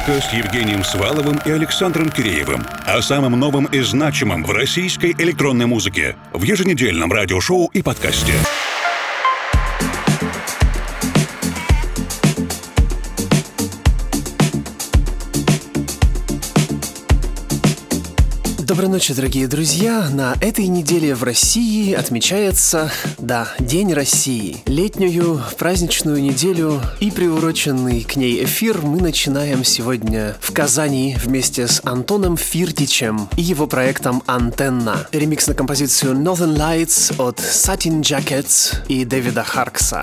музыка с Евгением Сваловым и Александром Киреевым. О самом новом и значимом в российской электронной музыке в еженедельном радиошоу и подкасте. Доброй ночи, дорогие друзья! На этой неделе в России отмечается, День России. Летнюю праздничную неделю и приуроченный к ней эфир мы начинаем сегодня в Казани вместе с Антоном Фиртичем и его проектом «Антенна». Ремикс на композицию Northern Lights от Satin Jackets и Дэвида Харкса.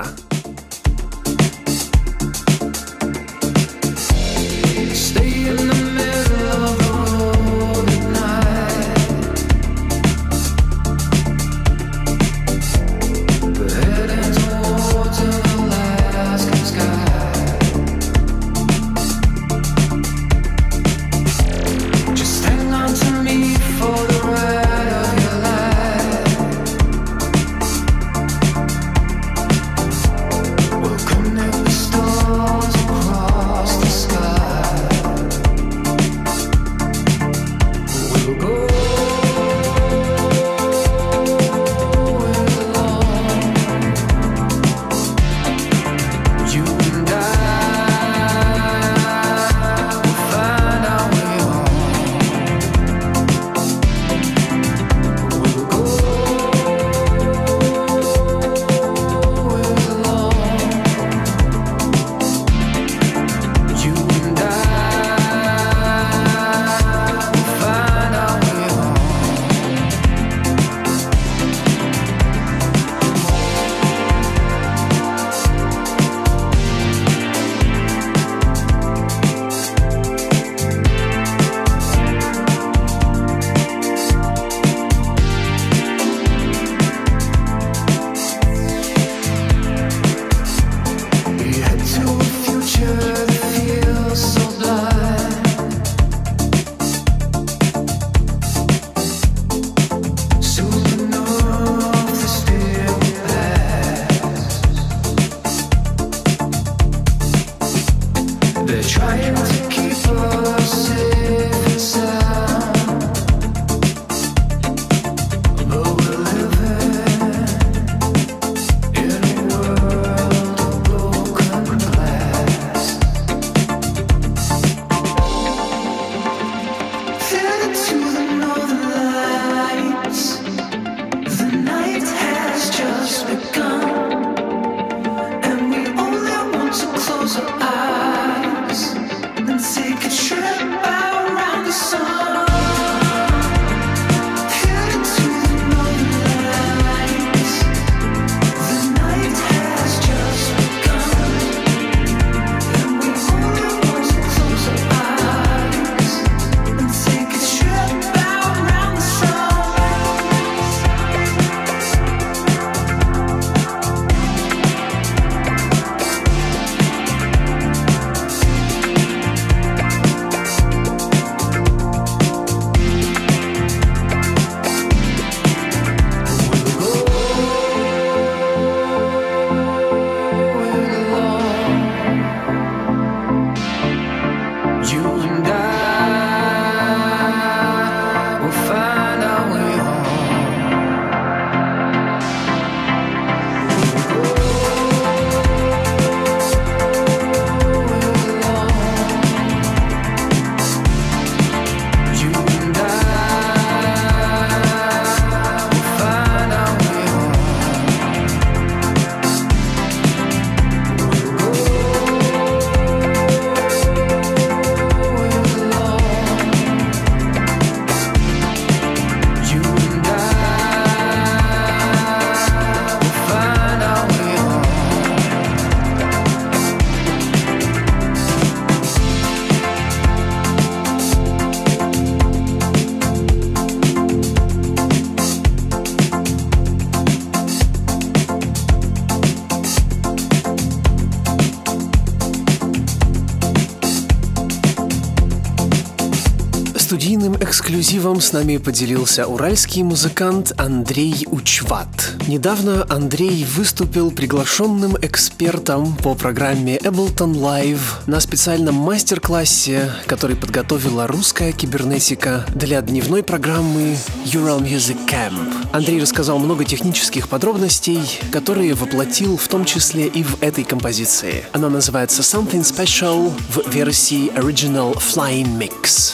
студийным эксклюзивом с нами поделился уральский музыкант Андрей Учват. Недавно Андрей выступил приглашенным экспертом по программе Ableton Live на специальном мастер-классе, который подготовила русская кибернетика для дневной программы Ural Music Camp. Андрей рассказал много технических подробностей, которые воплотил в том числе и в этой композиции. Она называется Something Special в версии Original Flying Mix.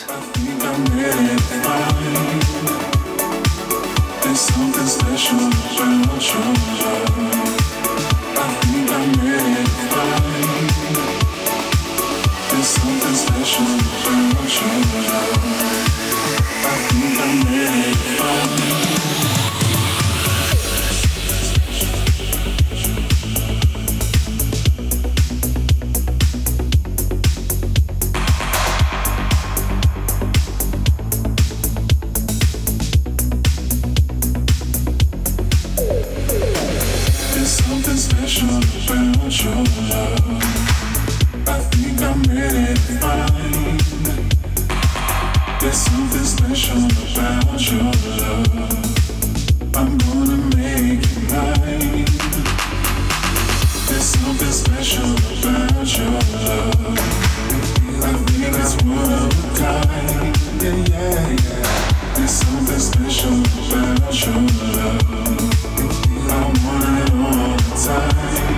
There's something special about your love. I think I'm ready to fly. There's something special about your love. I think I'm ready to fly. Special about your love. I think I'm ready to find. There's something special about your love. I'm gonna make it mine. There's something special about your love. I think it's one of a kind. Yeah, yeah, yeah. There's something special about your love. I want it all the time.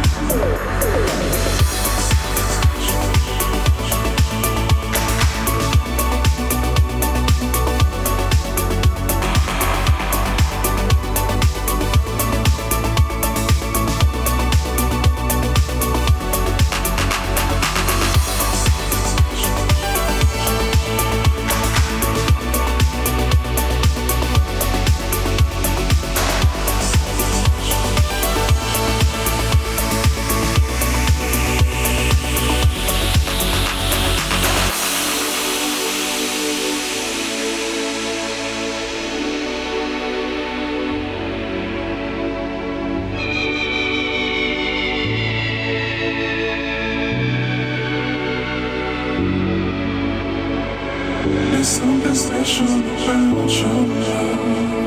There's something special about your love.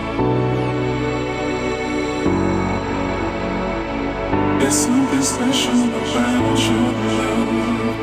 There's something special about your love.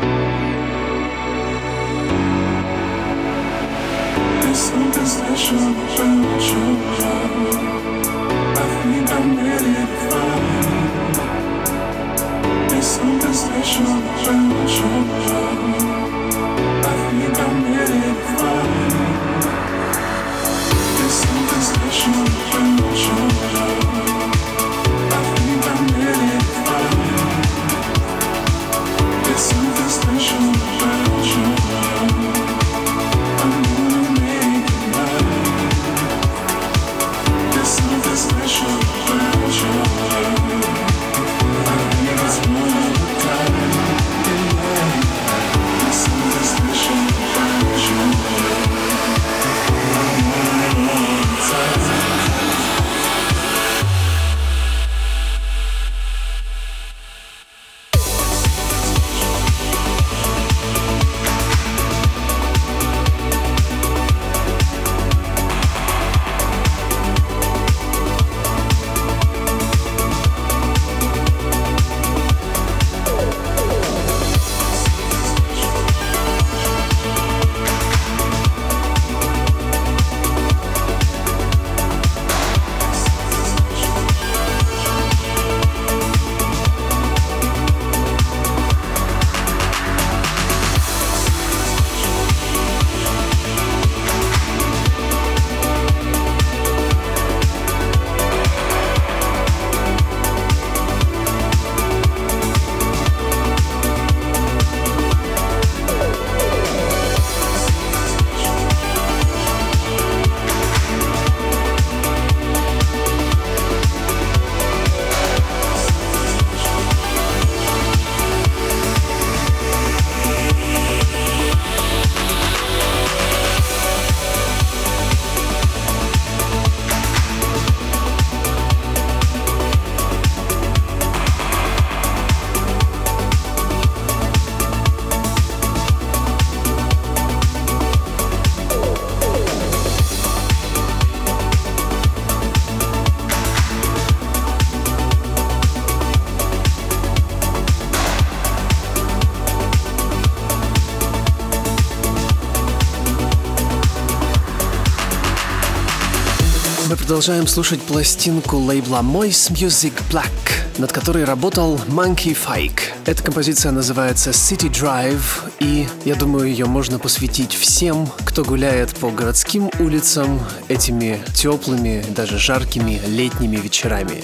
There's something special about your love. I think I'm ready to find. There's something special about your love. I think I'm ready to find. There's something special about your love. I think I'm ready to find. мы продолжаем слушать пластинку лейбла Moist Music Black, над которой работал Monkey Fike. Эта композиция называется City Drive, и я думаю, ее можно посвятить всем, кто гуляет по городским улицам этими теплыми, даже жаркими летними вечерами.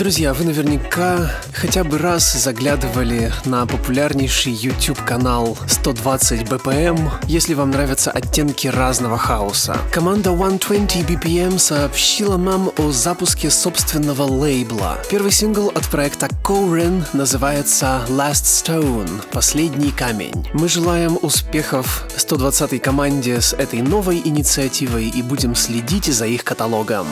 Друзья, вы наверняка хотя бы раз заглядывали на популярнейший YouTube-канал 120 BPM, если вам нравятся оттенки разного хаоса. Команда 120 BPM сообщила нам о запуске собственного лейбла. Первый сингл от проекта Coren называется Last Stone – «Последний камень». Мы желаем успехов 120-й команде с этой новой инициативой и будем следить за их каталогом.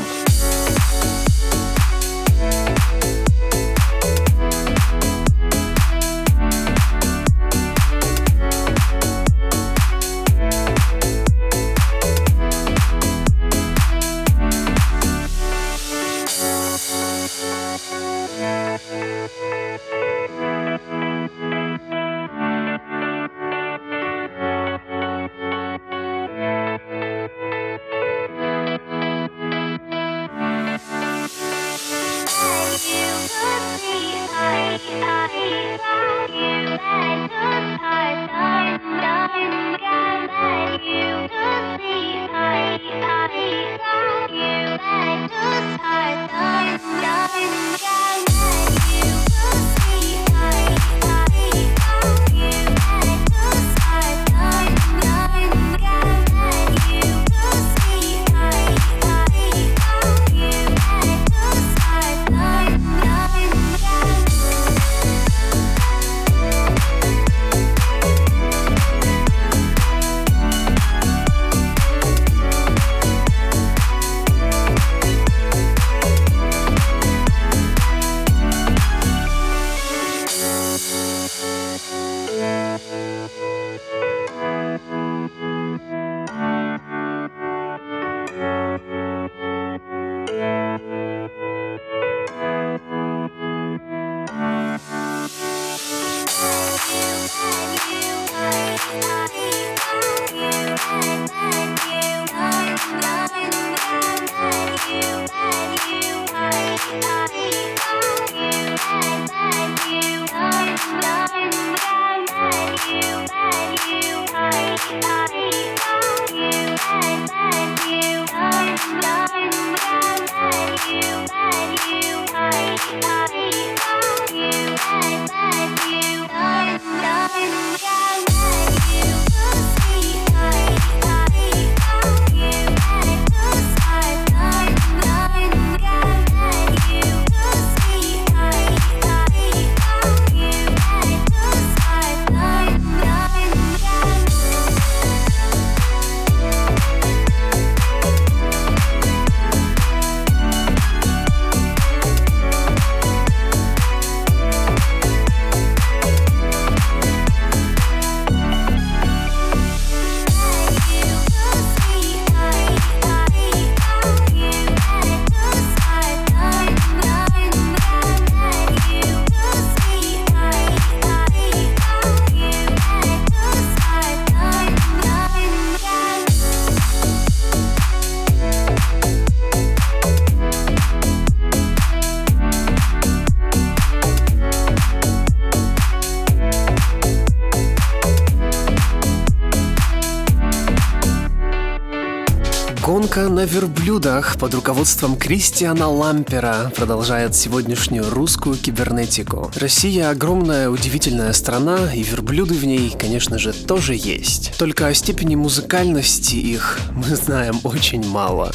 Гонка на верблюдах под руководством Кристиана Лампера продолжает сегодняшнюю русскую кибернетику. Россия — огромная, удивительная страна, и верблюды в ней, конечно же, тоже есть. Только о степени музыкальности их мы знаем очень мало.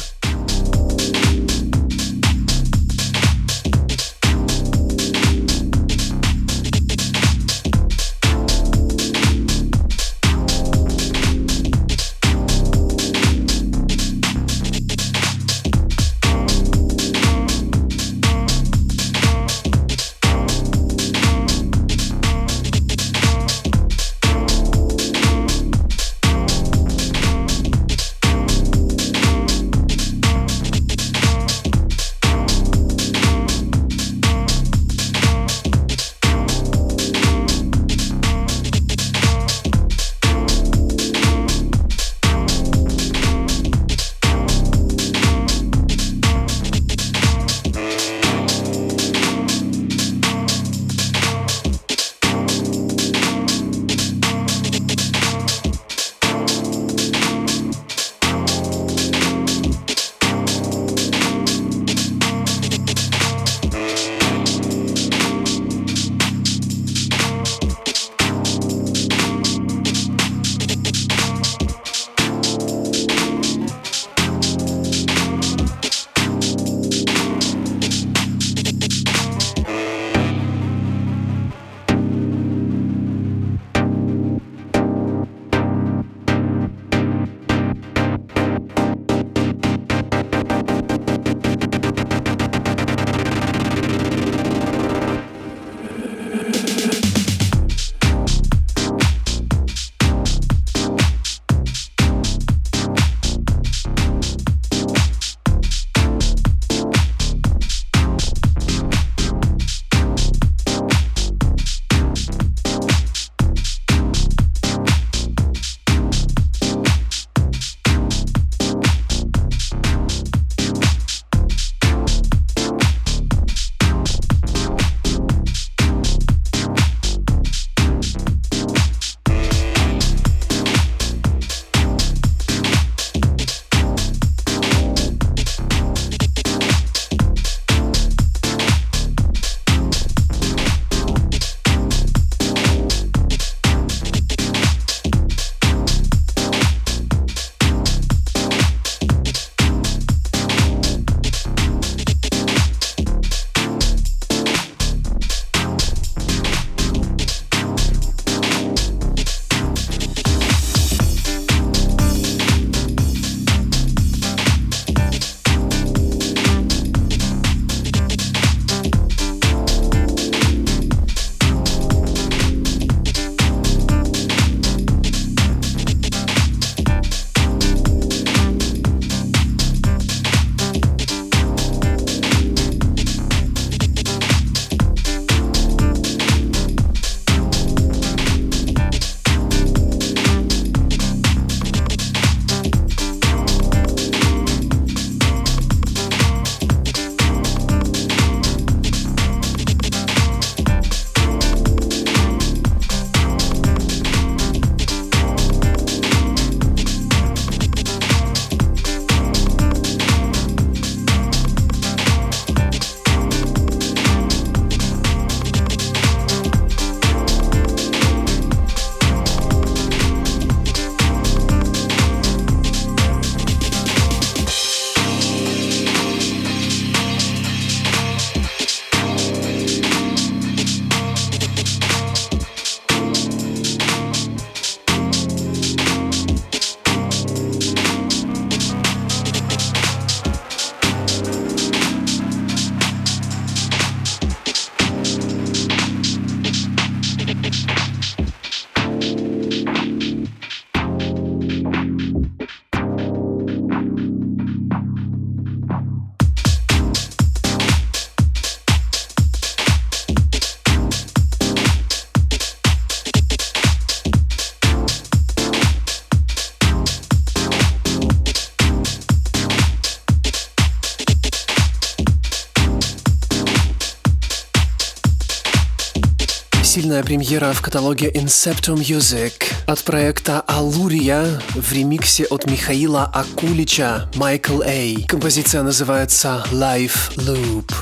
сильная премьера в каталоге Incepto Music от проекта Allurия в ремиксе от Михаила Акулича Michael A. Композиция называется Life Loop.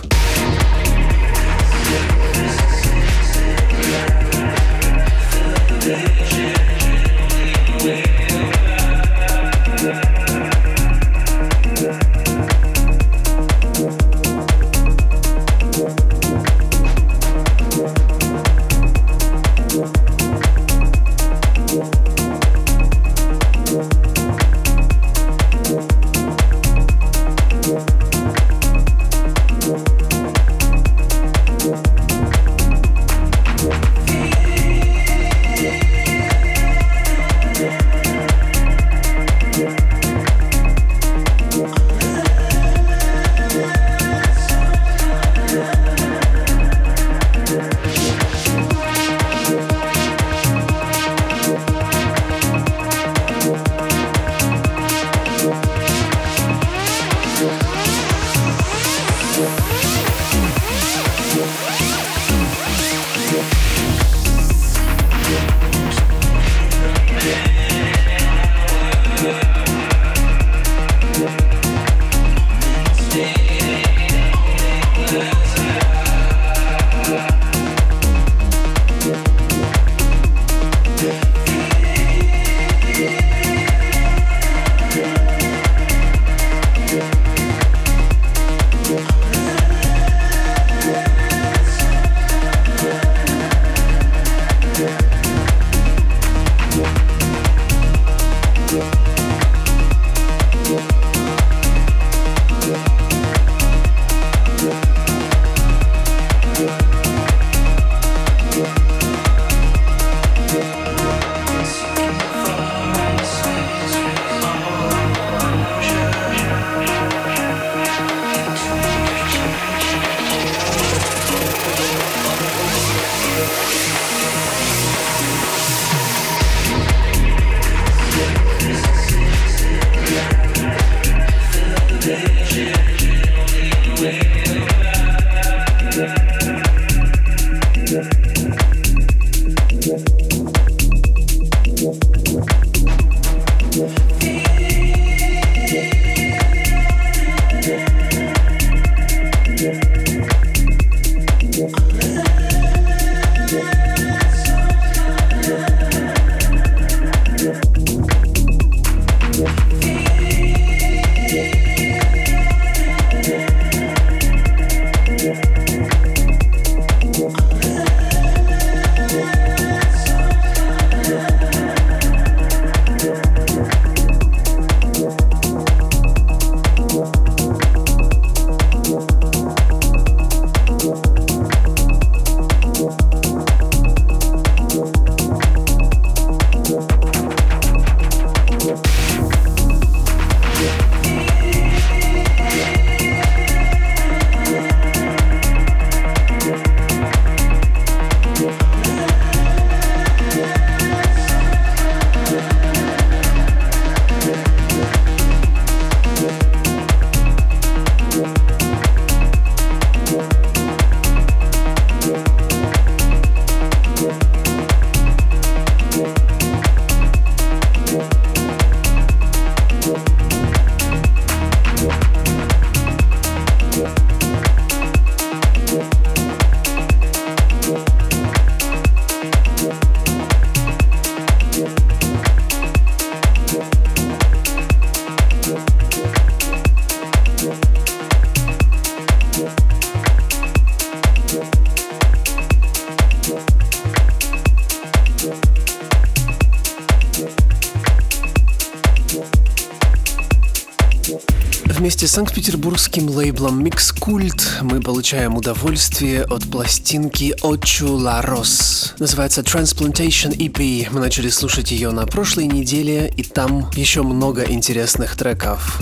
Вместе с санкт-петербургским лейблом Mixcult мы получаем удовольствие от пластинки Ocho La Ros. Называется Transplantation EP. Мы начали слушать ее на прошлой неделе, и там еще много интересных треков.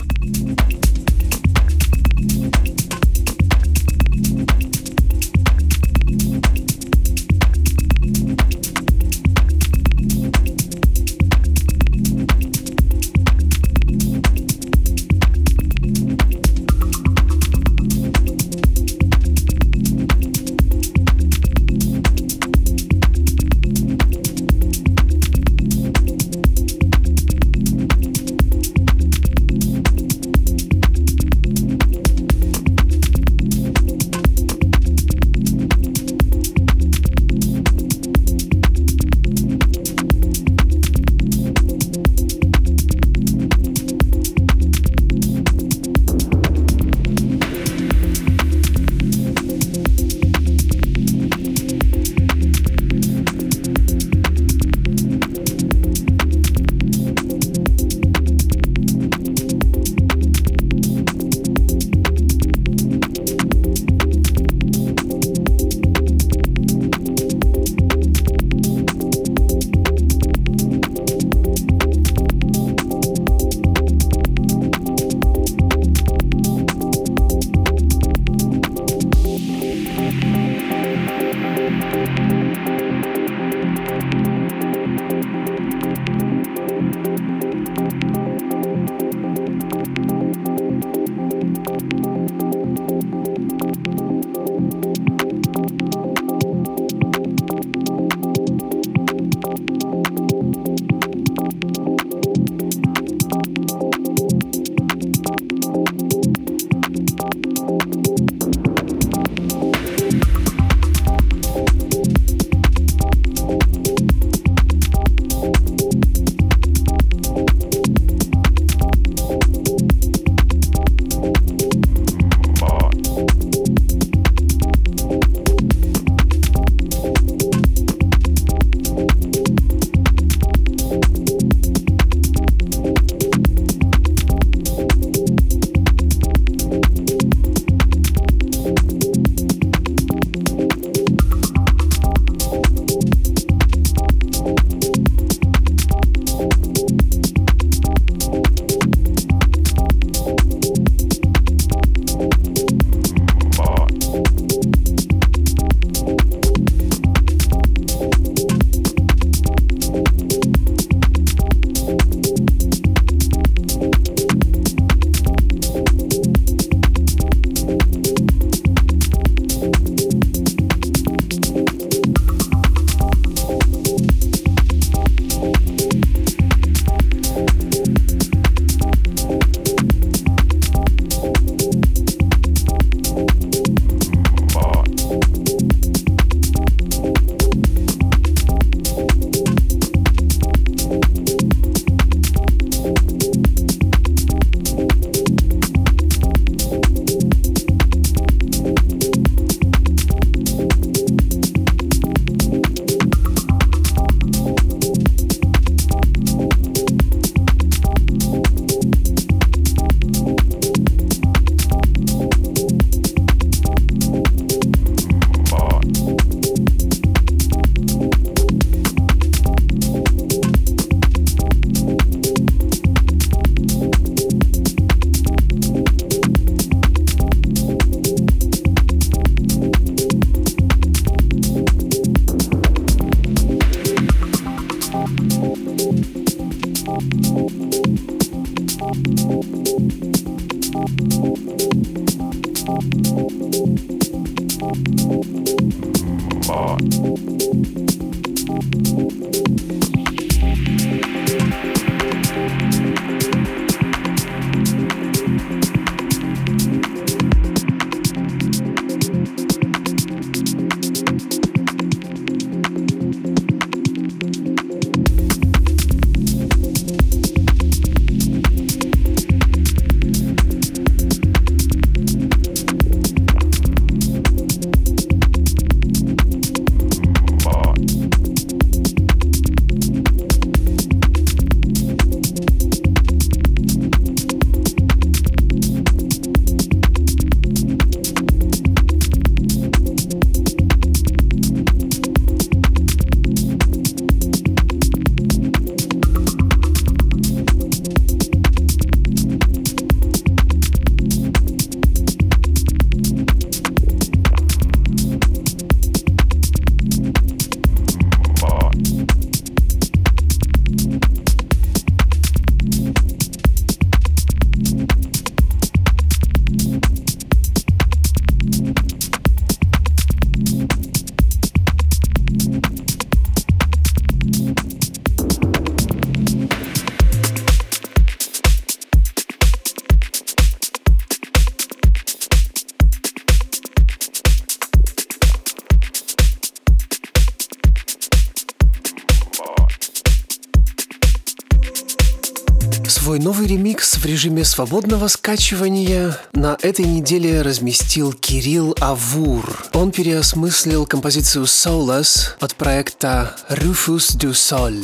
Свой новый ремикс в режиме свободного скачивания на этой неделе разместил Кирилл Авур. Он переосмыслил композицию Soulless от проекта Rufus du Sol.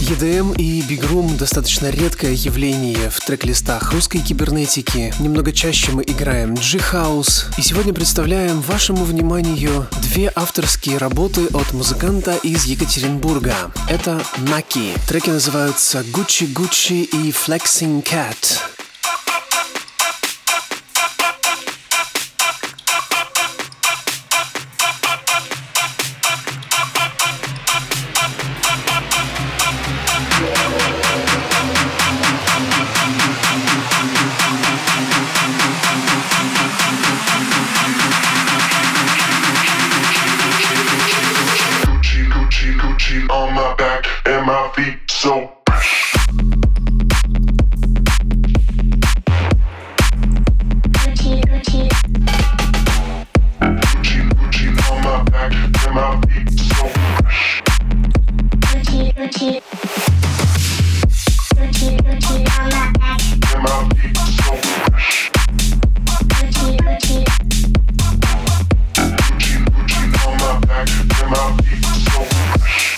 EDM и Big Room достаточно редкое явление в трек-листах русской кибернетики. Немного чаще мы играем G-House. И сегодня представляем вашему вниманию две авторские работы от музыканта из Екатеринбурга. Это Наки. Треки называются Gucci Gucci и Flexing Cat. On my back and my feet so fresh. Gucci, Gucci. Gucci, Gucci on my back and my feet so fresh. Gucci, Gucci. Gucci, Gucci on my back and my feet so fresh. Gucci, Gucci. Gucci, Gucci on my back and my feet so fresh.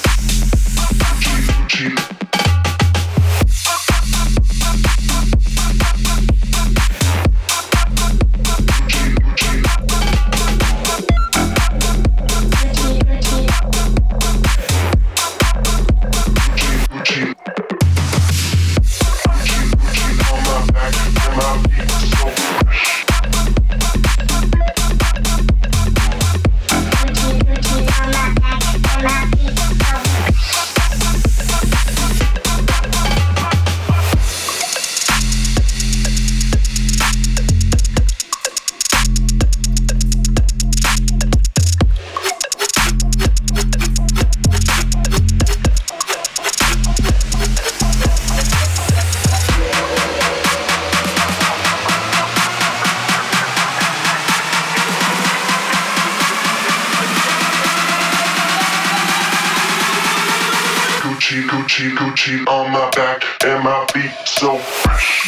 Gucci, Gucci on my back and my feet so fresh.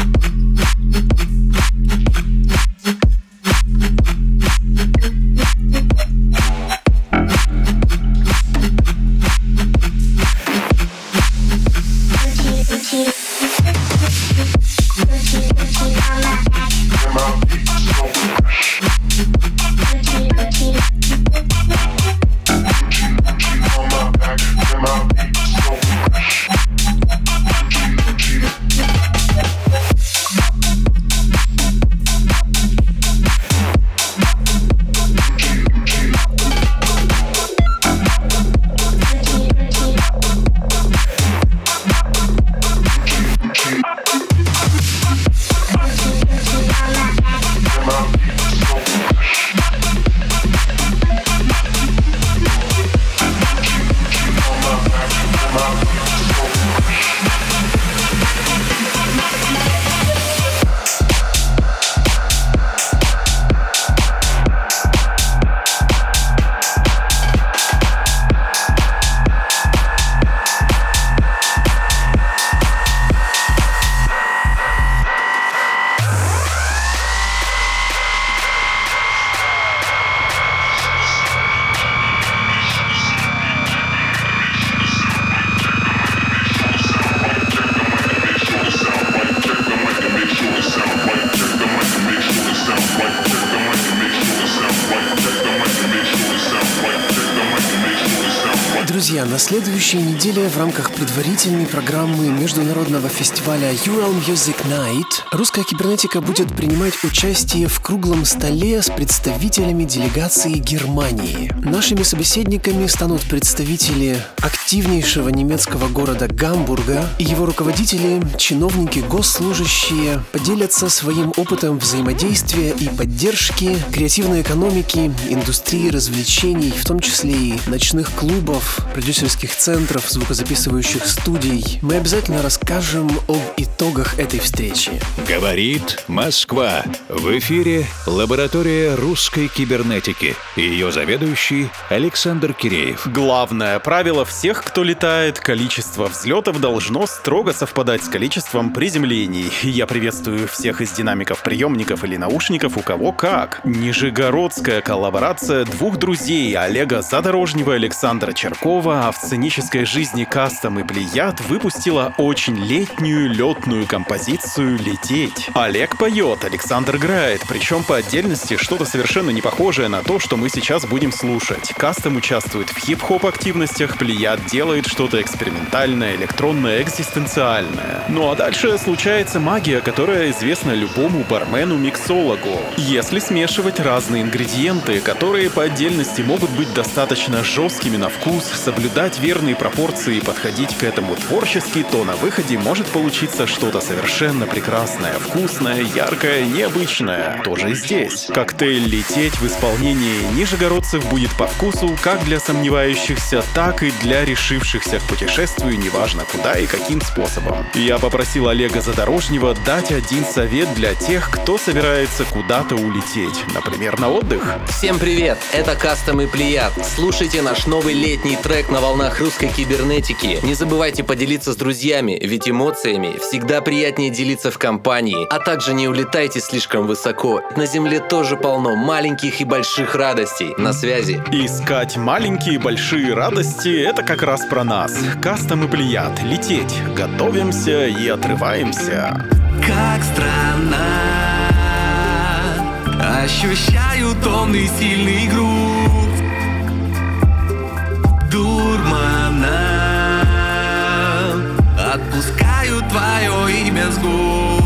Друзья, на следующей неделе в рамках предварительной программы международного фестиваля Ural Music Night русская кибернетика будет принимать участие в круглом столе с представителями делегации Германии. Нашими собеседниками станут представители активнейшего немецкого города Гамбурга, и его руководители, чиновники, госслужащие поделятся своим опытом взаимодействия и поддержки креативной экономики, индустрии развлечений, в том числе и ночных клубов, продюсерских центров, звукозаписывающих студий. Мы обязательно расскажем об итогах этой встречи. Говорит Москва. В эфире лаборатория русской кибернетики. Ее заведующий Александр Киреев. Главное правило всех тех, кто летает, количество взлетов должно строго совпадать с количеством приземлений. Я приветствую всех из динамиков, приемников или наушников, у кого как. Нижегородская коллаборация двух друзей Олега Задорожнего и Александра Черкова в сценической жизни Кастом и Плеяд выпустила очень летнюю летную композицию «Лететь». Олег поет, Александр играет, причем по отдельности что-то совершенно не похожее на то, что мы сейчас будем слушать. Кастом участвует в хип-хоп активностях, Плеяд делает что-то экспериментальное, электронное, экзистенциальное. Ну а дальше случается магия, которая известна любому бармену-миксологу. Если смешивать разные ингредиенты, которые по отдельности могут быть достаточно жесткими на вкус, соблюдать верные пропорции и подходить к этому творчески, то на выходе может получиться что-то совершенно прекрасное, вкусное, яркое, необычное. Тоже и здесь. Коктейль «Лететь» в исполнении нижегородцев будет по вкусу как для сомневающихся, так и для решившихся к путешествию неважно куда и каким способом. Я попросил Олега Задорожнего дать один совет для тех, кто собирается куда-то улететь, например, на отдых. Всем привет, это Кастом и Плеяд. Слушайте наш новый летний трек на волнах русской кибернетики. Не забывайте поделиться с друзьями, ведь эмоциями всегда приятнее делиться в компании. А также не улетайте слишком высоко. На земле тоже полно маленьких и больших радостей. На связи. Искать маленькие и большие радости — это как раз про нас. Кастом и Плеяд. Лететь. Готовимся и отрываемся. Как странно, ощущаю томный сильный грув дурмана, отпускаю твое имя с губ.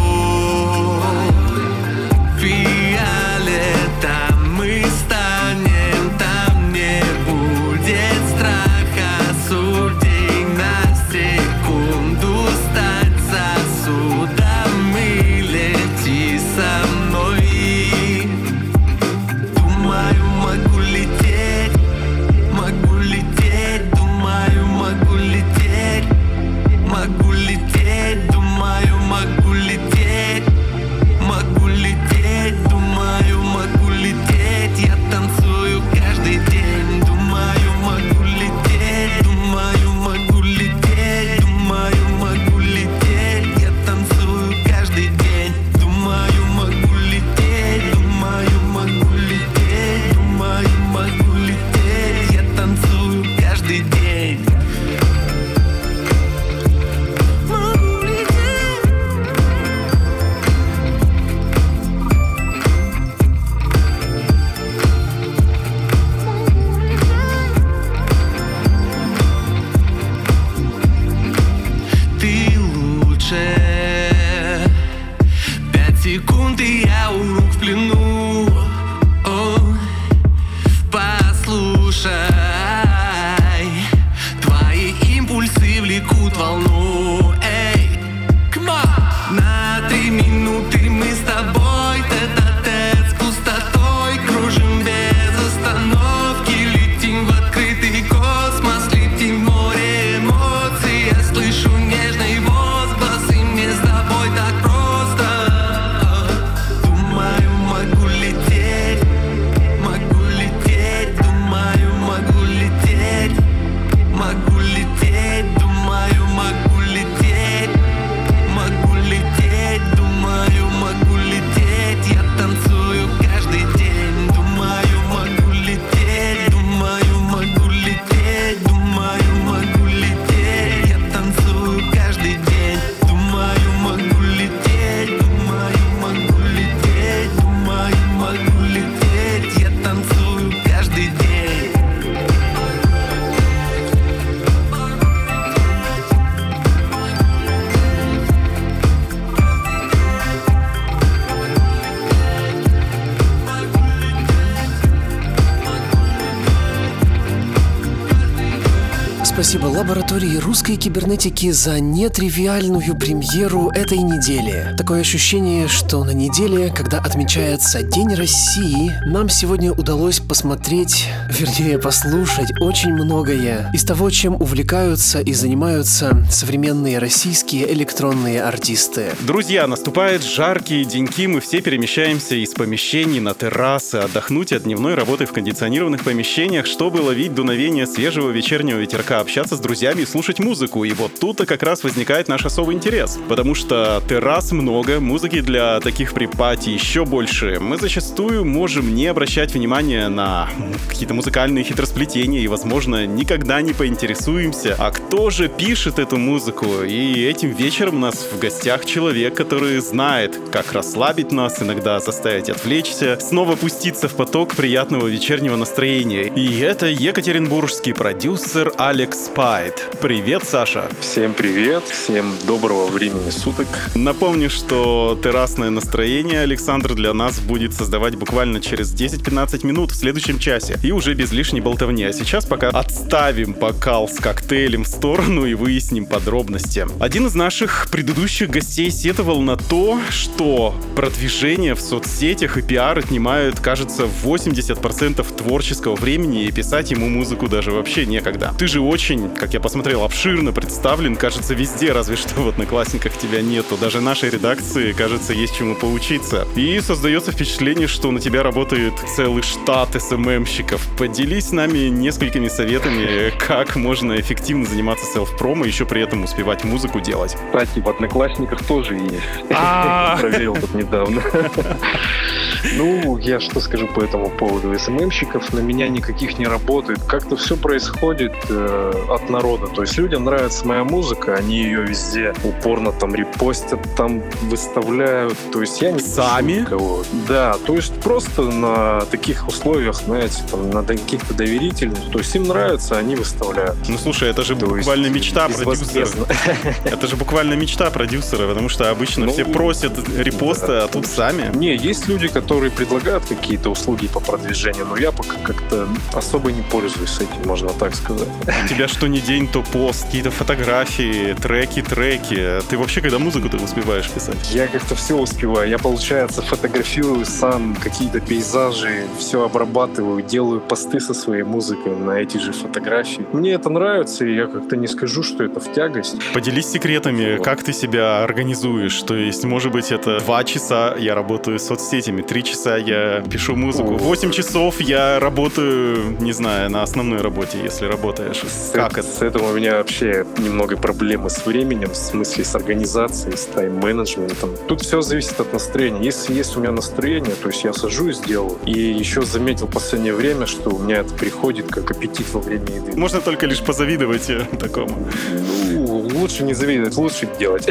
Фиолетом мы станем, там не будет страха, судей на секунду стать сосудом и лети со мной. Думаю, могу лететь, думаю, могу лететь, думаю, могу лететь, думаю, могу лететь, я танцую каждый день. Думаю, могу лететь, думаю, могу лететь, думаю, могу лететь, я танцую каждый день. Думаю, могу лететь, думаю, могу лететь, думаю, могу лететь, я танцую каждый день. Ты лучше. 5 секунд, и я у рук в плену. О, послушай, твои импульсы влекут волну. Эй, come on. На 3 минуты мы с тобой тет-а-тет с пустотой кружим без остановки, летим в открытый космос, летим в море эмоций. Я слышу нежный возглас, и мне с тобой так просто. Думаю, могу лететь, думаю, могу лететь, думаю, могу лететь, думаю, могу лететь, я танцую каждый день. Думаю, могу лететь, думаю, могу лететь, думаю, могу лететь, я танцую каждый день. Думаю, могу лететь, думаю, могу лететь, думаю, могу лететь, я танцую каждый день. Спасибо лаборатории русской кибернетики за нетривиальную премьеру этой недели. Такое ощущение, что на неделе, когда отмечается День России, нам сегодня удалось посмотреть, вернее послушать очень многое из того, чем увлекаются и занимаются современные российские электронные артисты. Друзья, наступают жаркие деньки, мы все перемещаемся из помещений на террасы, отдохнуть от дневной работы в кондиционированных помещениях, чтобы ловить дуновение свежего вечернего ветерка общаться с друзьями и слушать музыку. И вот тут-то как раз возникает наш особый интерес. Потому что террас много, музыки для таких припати еще больше. Мы зачастую можем не обращать внимания на какие-то музыкальные хитросплетения и, возможно, никогда не поинтересуемся, а кто же пишет эту музыку. И этим вечером у нас в гостях человек, который знает, как расслабить нас, иногда заставить отвлечься, снова пуститься в поток приятного вечернего настроения. И это екатеринбургский продюсер Алекс Пайт. Привет, Саша. Всем привет, всем доброго времени суток. Напомню, что террасное настроение Александр для нас будет создавать буквально через 10-15 минут в следующем часе. И уже без лишней болтовни. А сейчас пока отставим бокал с коктейлем в сторону и выясним подробности. Один из наших предыдущих гостей сетовал на то, что продвижение в соцсетях и пиар отнимают, кажется, 80% творческого времени, и писать ему музыку даже вообще некогда. Ты же очень, как я посмотрел, обширно представлен, кажется, везде, разве что в Одноклассниках тебя нету. Даже нашей редакции, кажется, есть чему поучиться. И создается впечатление, что на тебя работает целый штат СММщиков. Поделись с нами несколькими советами, как можно эффективно заниматься селф-промо и еще при этом успевать музыку делать. Кстати, в Одноклассниках тоже есть. Проверил тут недавно. Ну, я что скажу по этому поводу. СММщиков на меня никаких не работает. Как-то все происходит от народа. То есть людям нравится моя музыка, они ее везде упорно там репостят, там выставляют. То есть я не сами? Никого. Да, то есть просто на таких условиях, знаете, там, на каких-то доверительных. То есть им нравится, они выставляют. Ну, слушай, это же буквально мечта продюсера. Это же буквально мечта продюсера, потому что обычно все просят репосты, а тут сами. Не, есть люди, которые предлагают какие-то услуги по продвижению, но я пока как-то особо не пользуюсь этим, можно так сказать. У тебя что ни день, то пост, какие-то фотографии, треки. Ты вообще когда музыку-то успеваешь писать? Я как-то все успеваю. Я, получается, фотографирую сам какие-то пейзажи, все обрабатываю, делаю посты со своей музыкой на эти же фотографии. Мне это нравится, и я как-то не скажу, что это в тягость. Поделись секретами, как ты себя организуешь. То есть, может быть, это 2 часа я работаю с соцсетями, 3 часа я пишу музыку, 8 часов я работаю, не знаю, на основной работе, если работаешь. Как это? С этим у меня вообще немного проблемы с временем, в смысле с организацией, с тайм-менеджментом. Тут все зависит от настроения. Если есть у меня настроение, то есть я сажусь, делаю. И еще заметил в последнее время, что у меня это приходит как аппетит во время еды. Можно только лишь позавидовать такому. Ну, лучше не завидовать, лучше делать.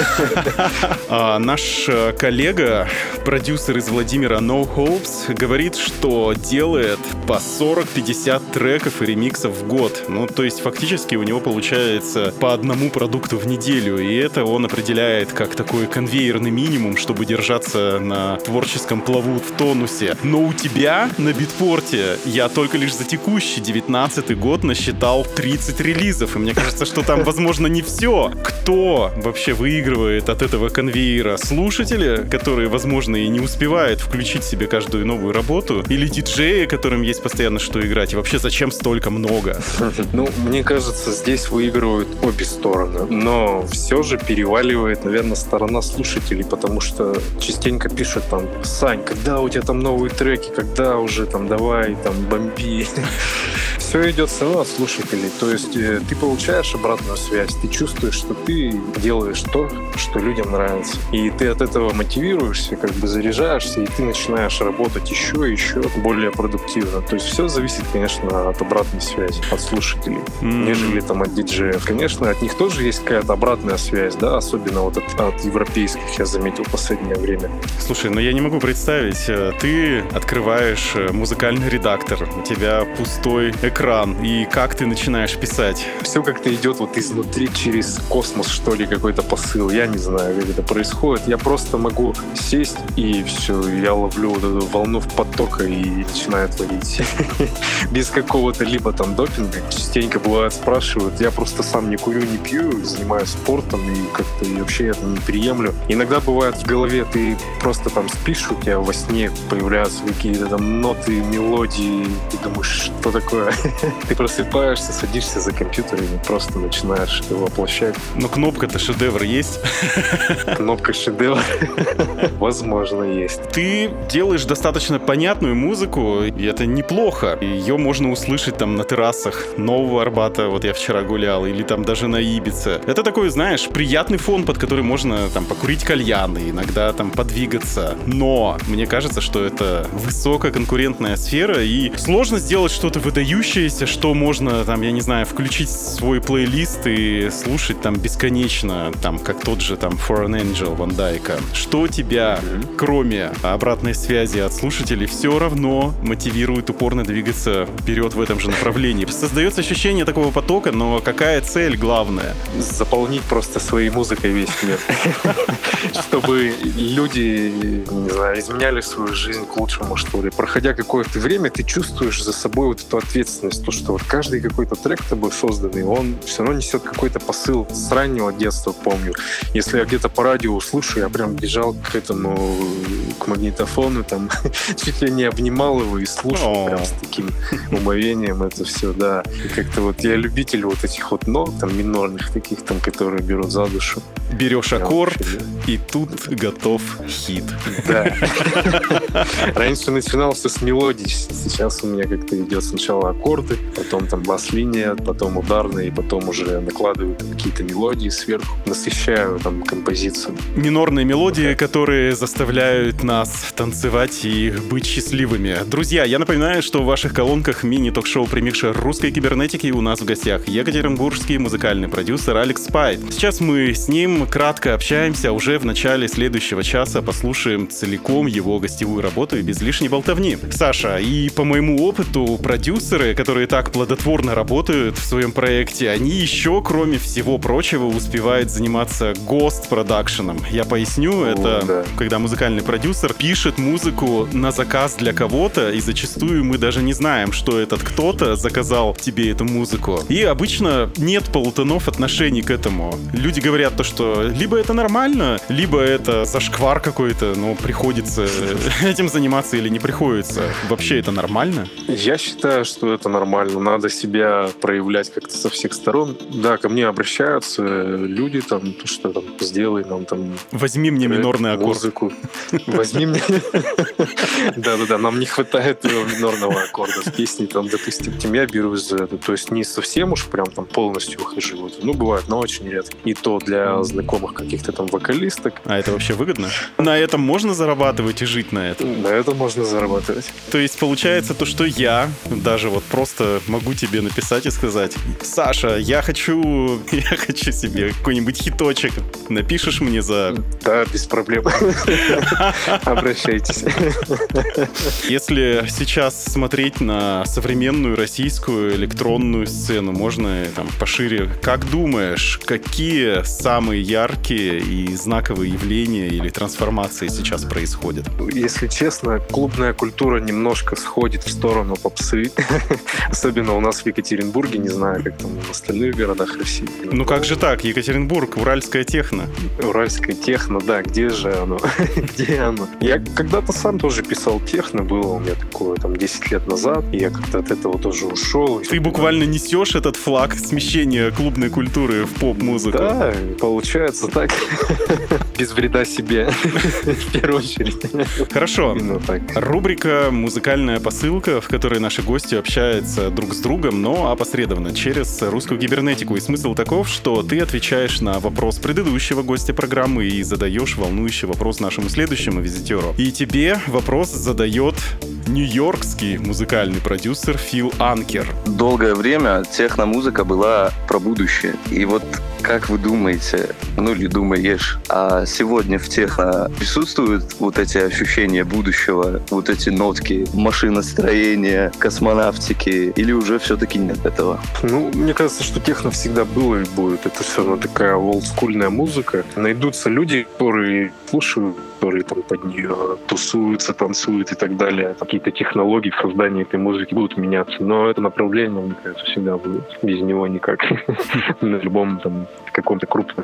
Наш коллега, продюсер из Владимира No Hopes, говорит, что делает по 40-50 треков и ремиксов в год. Ну, то есть фактически у него получается по одному продукту в неделю, и это он определяет как такой конвейерный минимум, чтобы держаться на творческом плаву в тонусе. Но у тебя на Битпорте я только лишь за текущий 19-й год насчитал 30 релизов, и мне кажется, что там, возможно, не все. Кто вообще выигрывает от этого конвейера? Слушатели, которые, возможно, и не успевают включить себе каждую новую работу, или диджеи, которым есть постоянно что играть, и вообще зачем столько много? Ну, мне кажется, здесь выигрывают обе стороны, но все же переваливает, наверное, сторона слушателей, потому что частенько пишут там: Сань, когда у тебя там новые треки, когда уже там давай там бомби. Все идет все равно от слушателей, то есть ты получаешь обратную связь, ты чувствуешь, что ты делаешь то, что людям нравится, и ты от этого мотивируешься, как бы заряжаешься, и ты начинаешь работать еще и еще более продуктивно. То есть все зависит, конечно, от обратной связи, от слушателей, нежели там от диджеев. Конечно, от них тоже есть какая-то обратная связь, да, особенно вот от европейских, я заметил в последнее время. Слушай, ну я не могу представить, ты открываешь музыкальный редактор, у тебя пустой экран, и как ты начинаешь писать? Все как-то идет вот изнутри, через космос, что ли, какой-то посыл. Я не знаю, как это происходит. Я просто могу сесть, и все, я ловлю вот эту волну потока и начинаю творить. Без какого-то либо там допинга. Частенько бывает спрашивают, я просто сам не курю, не пью, занимаюсь спортом, и как-то и вообще это не приемлю. Иногда бывает в голове, ты просто там спишь, у тебя во сне появляются какие-то там ноты, мелодии, ты думаешь, что такое? Ты просыпаешься, садишься за компьютер и просто начинаешь его воплощать. Но кнопка-то шедевр есть. Кнопка шедевр. Возможно, есть. Ты делаешь достаточно понятную музыку, и это неплохо. Ее можно услышать там на террасах Нового Арбата, вот я вчера гулял, или там даже на Ибице. Это такой, знаешь, приятный фон, под который можно там покурить кальяны, иногда там подвигаться. Но мне кажется, что это высококонкурентная сфера, и сложно сделать что-то выдающееся, что можно там, я не знаю, включить в свой плейлист и слушать там бесконечно, там, как тот же там For an Angel Ван Дайка. Что тебя, кроме обратной связи от слушателей, все равно мотивирует упорно двигаться вперед в этом же направлении? Создается ощущение такого потока, но какая цель главная? Заполнить просто своей музыкой весь мир. Чтобы люди, не знаю, изменяли свою жизнь к лучшему, что ли. Проходя какое-то время, ты чувствуешь за собой вот эту ответственность, то, что вот каждый какой-то трек тобой созданный, он все равно несет какой-то посыл. С раннего детства помню. Если я где-то по радио услышу, я прям бежал к этому, к магнитофону, там, чуть ли не обнимал его и слушал прям с таким умовением это все, да. И как-то вот я любитель вот этих вот нот, там, минорных таких, там, которые берут за душу. Берешь аккорд, и тут готов хит. Да. Раньше начинался с мелодий, сейчас у меня как-то идет сначала аккорды, потом там бас-линия, потом ударные, и потом уже накладываю какие-то мелодии сверху, насыщаю там композицию. Минорные мелодии, которые заставляют нас танцевать и быть счастливыми. Друзья, я напоминаю, что в ваших колонках мини-ток-шоу «Премикшер русской кибернетики» у нас в гостях екатеринбургский музыкальный продюсер Алекс Спайт. Сейчас мы с ним кратко общаемся, а уже в начале следующего часа послушаем целиком его гостевую работу и без лишней болтовни. Саша, и по моему опыту, продюсеры, которые так плодотворно работают в своем проекте, они еще, кроме всего прочего, успевают заниматься гост-продакшеном. Я поясню, это когда музыкальный продюсер пишет музыку на заказ для кого-то, и зачастую мы даже не знаем, что этот кто-то заказал тебе эту музыку. И обычно нет полутонов отношений к этому. Люди говорят то, что либо это нормально, либо это зашквар какой-то, но приходится этим заниматься или не приходится. Вообще это нормально? Я считаю, что это нормально. Надо себя проявлять как-то со всех сторон. Да, ко мне обращаются люди, там, что там, сделай нам там... Возьми мне минорный аккорд. Музыку. Возьми мне... Да-да-да, нам не хватает минорного аккорда в песне, там, допустим, я берусь за это. То есть не совсем уж прям там полностью ухожу. Ну, бывает, но очень редко. И то для знакомых каких-то там вокалисток. А это вообще выгодно? На этом можно зарабатывать и жить на этом? На этом можно зарабатывать. То есть получается то, что я даже вот просто могу тебе написать и сказать: Саша, я хочу себе какой-нибудь хиточек. Напишешь мне за... Да, без проблем. Обращайтесь. Если сейчас смотреть на современную российскую электронную сцену, можно там пошире. Как думаешь, какие самые яркие и знаковые явления или трансформации сейчас происходят? Если честно, клубная культура немножко сходит в сторону попсы. Особенно у нас в Екатеринбурге, не знаю, как там в остальных городах России. Ну как же так? Екатеринбург, уральская техно. Уральская техно, да, где же оно? Где оно? Я когда-то сам тоже писал техно, было у меня такое там 10 лет назад, и я как-то от этого тоже ушел. Ты буквально несешь этот флаг смещения клубной культуры в поп-музыку. Да, получается так. Без вреда себе, в первую очередь. Хорошо. Именно так. Рубрика «Музыкальная посылка», в которой наши гости общаются друг с другом, но опосредованно через русскую кибернетику. И смысл таков, что ты отвечаешь на вопрос предыдущего гостя программы и задаешь волнующий вопрос нашему следующему визитеру. И тебе вопрос задает нью-йоркский музыкальный продюсер Фил Анкер. Долгое время техно-музыка была про будущее. И вот как вы думаете, ну или думаешь, а сегодня в техно присутствуют вот эти ощущения будущего, вот эти нотки машиностроения, космонавтики, или уже все-таки нет этого? Ну, мне кажется, что техно всегда было и будет. Это все равно такая олдскульная музыка. Найдутся люди, которые слушают, которые там под нее тусуются, танцуют и так далее. Какие-то технологии в создании этой музыки будут меняться. Но это направление, мне кажется, всегда будет. Без него никак. На любом там каком-то крупном фестивале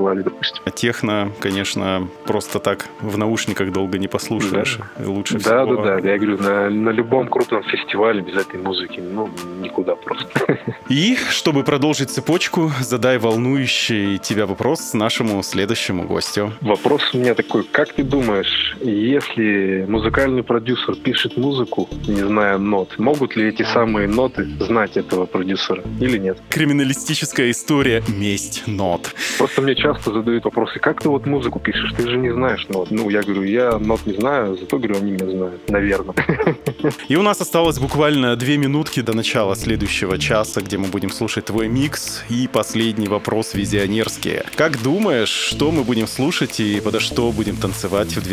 фестивале, допустим. Техно, конечно, просто так в наушниках долго не послушаешь. Да. Лучше всего... Да. Я говорю, на любом крупном фестивале без этой музыки, никуда просто. И, чтобы продолжить цепочку, задай волнующий тебя вопрос нашему следующему гостю. Вопрос у меня такой. Как ты думаешь, если музыкальный продюсер пишет музыку, не зная нот, могут ли эти самые ноты знать этого продюсера или нет? Криминалистическая история «Месть нот». Просто мне часто задают вопросы, как ты вот музыку пишешь, ты же не знаешь нот. Я говорю, я нот не знаю, зато, говорю, они меня знают, наверное. И у нас осталось буквально 2 минутки до начала следующего часа, где мы будем слушать твой микс. И последний вопрос визионерский. Как думаешь, что мы будем слушать и подо что будем танцевать в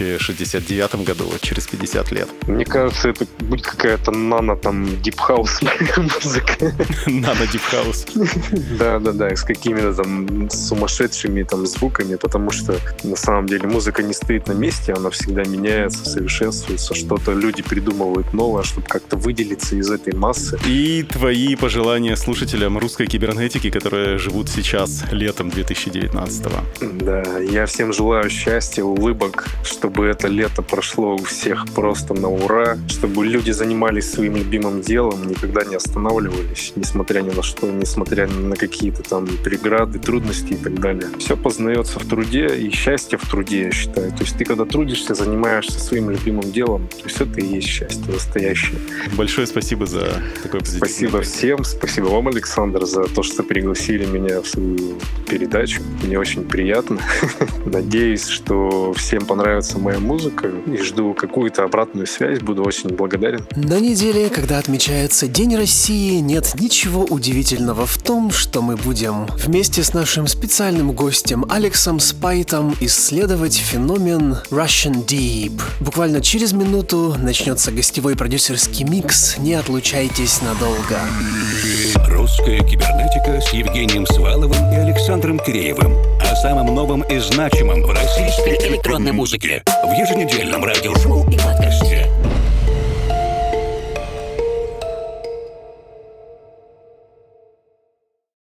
2069 году, через 50 лет? Мне кажется, это будет какая-то дипхаус музыка. Нано-дипхаус. Да, с какими-то там сумасшедшими там звуками, потому что на самом деле музыка не стоит на месте, она всегда меняется, совершенствуется, что-то люди придумывают новое, чтобы как-то выделиться из этой массы. И твои пожелания слушателям русской кибернетики, которые живут сейчас, летом 2019-го. Да, я всем желаю счастья, улыбок, чтобы это лето прошло у всех просто на ура, чтобы люди занимались своим любимым делом, никогда не останавливались, несмотря ни на что, несмотря на какие-то там преграды, трудности и так далее. Все познается в труде, и счастье в труде, я считаю. То есть ты, когда трудишься, занимаешься своим любимым делом, то есть это и есть счастье настоящее. Большое спасибо за такой позитивный. Спасибо всем, спасибо вам, Александр, за то, что пригласили меня в свою передачу. Мне очень приятно. Надеюсь, что всем понравится моя музыка, и жду какую-то обратную связь, буду очень благодарен. На неделе, когда отмечается День России, нет ничего удивительного в том, что мы будем вместе с нашим специальным гостем Алексом Спайтом исследовать феномен Russian Deep. Буквально через минуту начнется гостевой продюсерский микс. Не отлучайтесь надолго. Русская кибернетика с Евгением Сваловым и Александром Киреевым. О самом новом и значимом в российской электронной музыке. В еженедельном радиошоу и подкасте.